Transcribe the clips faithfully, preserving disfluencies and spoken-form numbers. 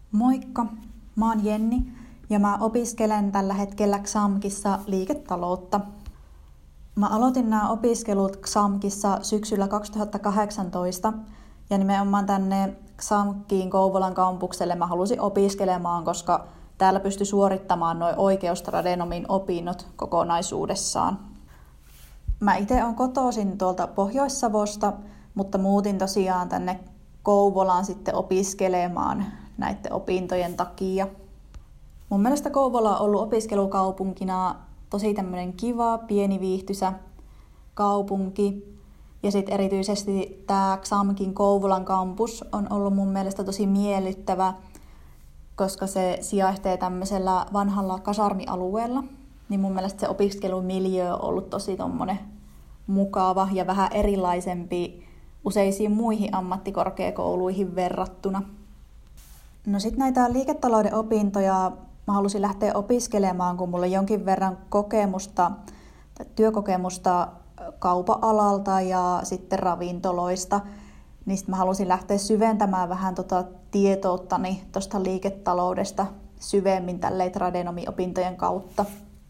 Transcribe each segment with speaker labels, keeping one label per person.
Speaker 1: Moikka, mä oon Jenni ja mä opiskelen tällä hetkellä X A M Kissa liiketaloutta. Mä aloitin nämä opiskelut X A M Kissa syksyllä kaksituhattakahdeksantoista ja nimenomaan tänne X A M Kiin Kouvolan kampukselle mä halusin opiskelemaan, koska täällä pystyi suorittamaan nuo oikeustradenomin opinnot kokonaisuudessaan. Mä itse on kotoisin tuolta Pohjois-Savosta, mutta muutin tosiaan tänne Kouvolaan sitten opiskelemaan näiden opintojen takia. Mun mielestä Kouvola on ollut opiskelukaupunkina tosi tämmöinen kiva, pieni viihtysä kaupunki. Ja sitten erityisesti tämä X A M Kin Kouvolan kampus on ollut mun mielestä tosi miellyttävä, koska se sijaitsee tämmöisellä vanhalla kasarmialueella. Niin mun mielestä se opiskelumiljöö on ollut tosi tommonen mukava ja vähän erilaisempi useisiin muihin ammattikorkeakouluihin verrattuna. No sit näitä liiketalouden opintoja mä halusin lähteä opiskelemaan, kun mulla on jonkin verran kokemusta, työkokemusta kaupa-alalta ja sitten ravintoloista. Niin sit mä halusin lähteä syventämään vähän tota tietouttani tuosta liiketaloudesta syvemmin tälleen tradenomi-opintojen kautta.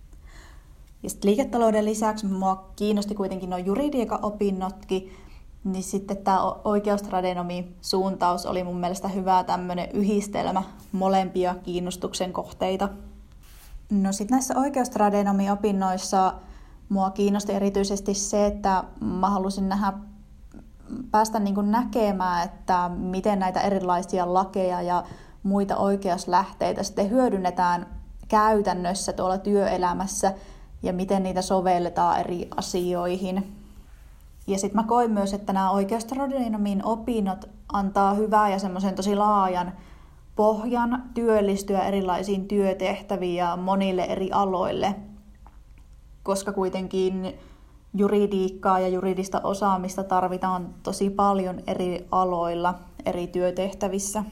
Speaker 1: Ja sit liiketalouden lisäksi mua kiinnosti kuitenkin nuo juridiikan opinnotkin, niin sitten tämä oikeustradenomi-suuntaus oli mun mielestä hyvä tämmöinen yhdistelmä molempia kiinnostuksen kohteita. No sitten näissä oikeustradenomi-opinnoissa mua kiinnosti erityisesti se, että mä halusin nähdä, päästä niin kuin näkemään, että miten näitä erilaisia lakeja ja muita oikeuslähteitä sitten hyödynnetään käytännössä tuolla työelämässä ja miten niitä sovelletaan eri asioihin. Ja sitten mä koin myös, että nämä oikeustradenomin opinnot antaa hyvää ja semmoisen tosi laajan pohjan työllistyä erilaisiin työtehtäviin ja monille eri aloille, koska kuitenkin juridiikkaa ja juridista osaamista tarvitaan tosi paljon eri aloilla, eri työtehtävissä.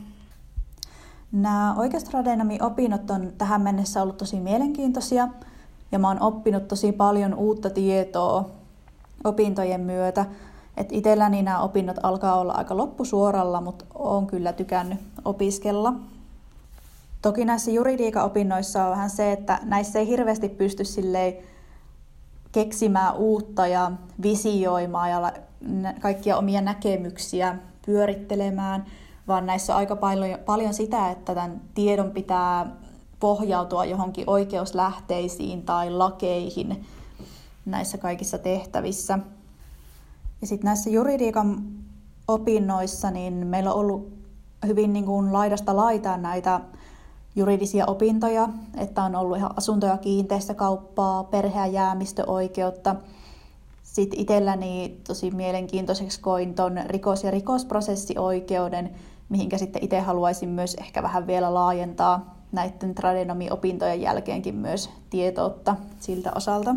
Speaker 1: Nämä oikeustradenomin opinnot on tähän mennessä ollut tosi mielenkiintoisia ja mä oon oppinut tosi paljon uutta tietoa opintojen myötä. Et itselläni nämä opinnot alkaa olla aika loppusuoralla, mutta oon kyllä tykännyt opiskella. Toki näissä juridiikan opinnoissa on vähän se, että näissä ei hirveästi pysty silleen keksimään uutta ja visioimaan ja kaikkia omia näkemyksiä pyörittelemään, vaan näissä on aika paljon, paljon sitä, että tämän tiedon pitää pohjautua johonkin oikeuslähteisiin tai lakeihin näissä kaikissa tehtävissä. Ja sitten näissä juridiikan opinnoissa niin meillä on ollut hyvin niin kuin laidasta laitaan näitä juridisia opintoja, että on ollut ihan asunto- ja kiinteistökauppaa, perhe- ja jäämistöoikeutta. Sitten itselläni tosi mielenkiintoiseksi koin ton rikos- ja rikosprosessioikeuden, mihinkä sitten itse haluaisin myös ehkä vähän vielä laajentaa näiden tradenomi-opintojen jälkeenkin myös tietoutta siltä osalta.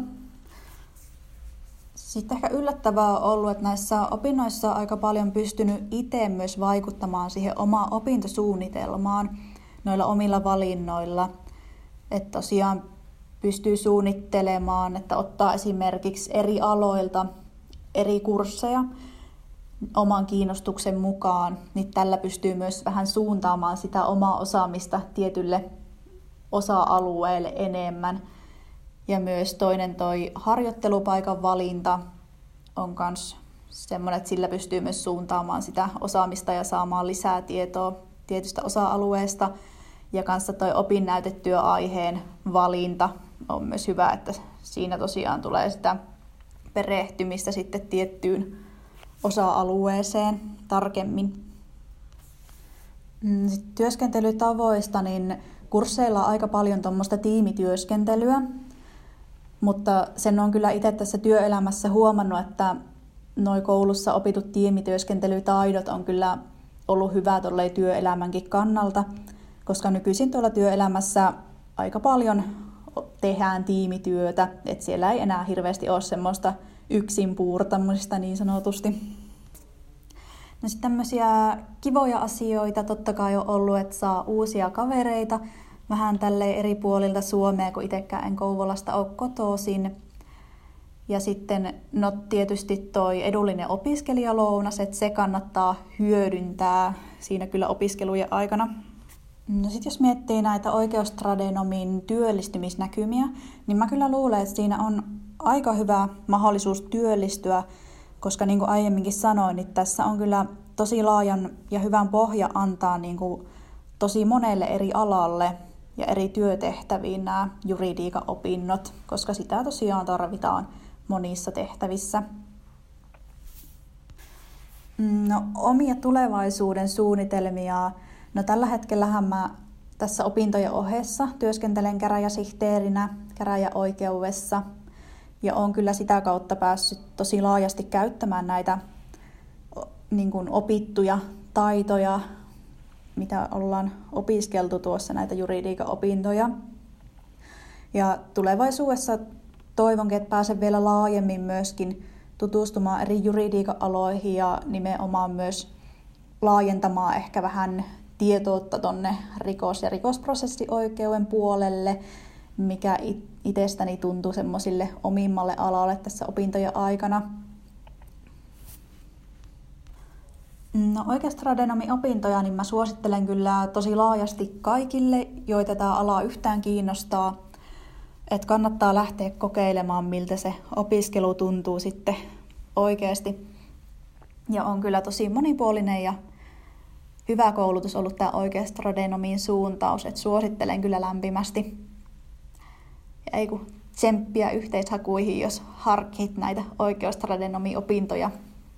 Speaker 1: Sitten ehkä yllättävää on ollut, että näissä opinnoissa on aika paljon pystynyt itse myös vaikuttamaan siihen omaan opintosuunnitelmaan noilla omilla valinnoilla. Että tosiaan pystyy suunnittelemaan, että ottaa esimerkiksi eri aloilta eri kursseja oman kiinnostuksen mukaan, niin tällä pystyy myös vähän suuntaamaan sitä omaa osaamista tietylle osa-alueelle enemmän. Ja myös toinen toi harjoittelupaikan valinta on myös semmoinen, että sillä pystyy myös suuntaamaan sitä osaamista ja saamaan lisää tietoa tietystä osa-alueesta. Ja kanssa toi opinnäytetyöaiheen valinta on myös hyvä, että siinä tosiaan tulee sitä perehtymistä sitten tiettyyn osa-alueeseen tarkemmin. Sitten työskentelytavoista, niin kursseilla on aika paljon tuommoista tiimityöskentelyä, mutta sen on kyllä itse tässä työelämässä huomannut, että noi koulussa opitut tiimityöskentelytaidot on kyllä ollut hyvä tolleen työelämänkin kannalta, koska nykyisin tuolla työelämässä aika paljon tehdään tiimityötä, että siellä ei enää hirveästi ole semmoista yksin puurtamista niin sanotusti. No sitten tämmöisiä kivoja asioita totta kai on ollut, että saa uusia kavereita vähän tälleen eri puolilta Suomea, kun itsekään en Kouvolasta ole kotoisin. Ja sitten no tietysti toi edullinen opiskelijalounas, että se kannattaa hyödyntää siinä kyllä opiskelujen aikana. No sit jos miettii näitä oikeustradenomin työllistymisnäkymiä, niin mä kyllä luulen, että siinä on aika hyvä mahdollisuus työllistyä, koska niin kuin aiemminkin sanoin, niin tässä on kyllä tosi laajan ja hyvän pohja antaa niin kuin tosi monelle eri alalle ja eri työtehtäviin nämä juridiikan opinnot, koska sitä tosiaan tarvitaan monissa tehtävissä. No, omia tulevaisuuden suunnitelmia. No tällä hetkellähän mä tässä opintojen ohessa työskentelen käräjäsihteerinä käräjäoikeudessa ja olen kyllä sitä kautta päässyt tosi laajasti käyttämään näitä niin kuin opittuja taitoja, mitä ollaan opiskeltu tuossa näitä juridiikan opintoja. Ja tulevaisuudessa toivonkin, että pääsen vielä laajemmin myöskin tutustumaan eri juridiikan aloihin ja nimenomaan myös laajentamaan ehkä vähän tietoutta tuonne rikos- ja rikosprosessioikeuden puolelle, mikä itsestäni tuntuu semmoisille omimmalle alalle tässä opintojen aikana. No oikeustradenomin opintoja niin mä suosittelen kyllä tosi laajasti kaikille, joita tämä ala yhtään kiinnostaa. Että kannattaa lähteä kokeilemaan, miltä se opiskelu tuntuu sitten oikeasti. Ja on kyllä tosi monipuolinen ja hyvä koulutus ollut tämä oikeustradenomin suuntaus, että suosittelen kyllä lämpimästi. Ja ei kun tsemppiä yhteishakuihin, jos harkit näitä oikeustradenomin opintoja.